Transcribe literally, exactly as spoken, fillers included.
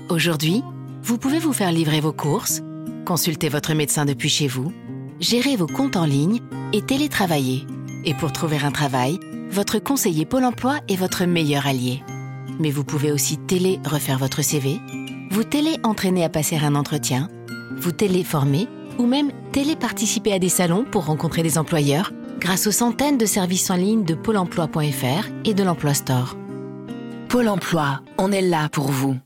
Aujourd'hui, vous pouvez vous faire livrer vos courses, consulter votre médecin depuis chez vous, gérer vos comptes en ligne et télétravailler. Et pour trouver un travail, votre conseiller Pôle emploi est votre meilleur allié. Mais vous pouvez aussi télé-refaire votre C V, vous télé-entraîner à passer un entretien, vous télé-former ou même télé-participer à des salons pour rencontrer des employeurs grâce aux centaines de services en ligne de pôle emploi point f r et de l'Emploi Store. Pôle emploi, on est là pour vous.